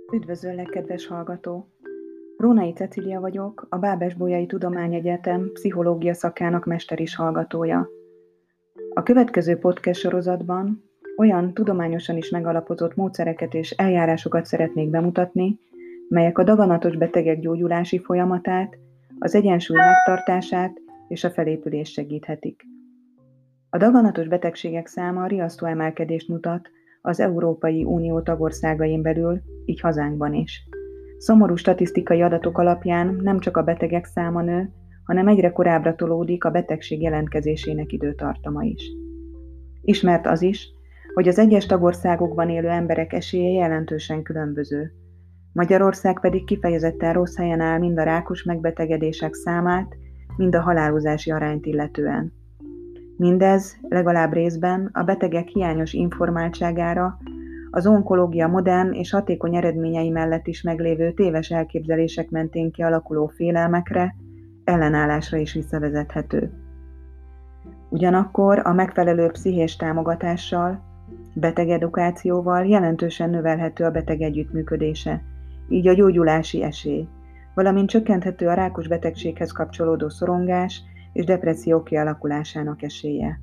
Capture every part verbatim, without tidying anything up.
Üdvözöllek, kedves hallgató! Rónai Cecília vagyok, a Bábes-Bolyai Tudományegyetem pszichológia szakának mesteris hallgatója. A következő podcast sorozatban olyan tudományosan is megalapozott módszereket és eljárásokat szeretnék bemutatni, melyek a daganatos betegek gyógyulási folyamatát, az egyensúly megtartását és a felépülést segíthetik. A daganatos betegségek száma riasztó emelkedést mutat az Európai Unió tagországain belül, így hazánkban is. Szomorú statisztikai adatok alapján nem csak a betegek száma nő, hanem egyre korábbra tolódik a betegség jelentkezésének időtartama is. Ismert az is, hogy az egyes tagországokban élő emberek esélye jelentősen különböző. Magyarország pedig kifejezetten rossz helyen áll mind a rákos megbetegedések számát, mind a halálozási arányt illetően. Mindez legalább részben a betegek hiányos informáltságára, az onkológia modern és hatékony eredményei mellett is meglévő téves elképzelések mentén kialakuló félelmekre, ellenállásra is visszavezethető. Ugyanakkor a megfelelő pszichés támogatással, betegedukációval jelentősen növelhető a beteg együttműködése, így a gyógyulási esély, valamint csökkenthető a rákos betegséghez kapcsolódó szorongás és depresszió kialakulásának esélye.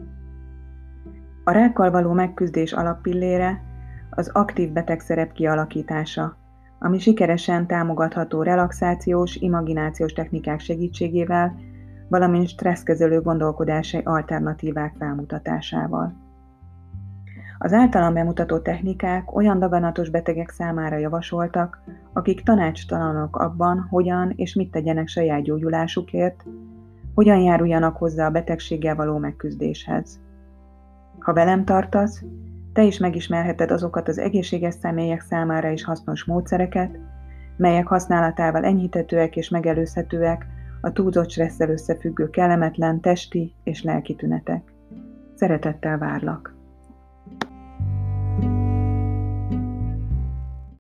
A rákkal való megküzdés alappillére az aktív betegszerep kialakítása, ami sikeresen támogatható relaxációs, imaginációs technikák segítségével, valamint stresszkezelő gondolkodási alternatívák felmutatásával. Az általam bemutatott technikák olyan daganatos betegek számára javasoltak, akik tanácstalanok abban, hogyan és mit tegyenek saját gyógyulásukért, hogyan járuljanak hozzá a betegséggel való megküzdéshez. Ha velem tartasz, te is megismerheted azokat az egészséges személyek számára is hasznos módszereket, melyek használatával enyhíthetőek és megelőzhetőek a túlzott stresszel összefüggő kellemetlen testi és lelki tünetek. Szeretettel várlak!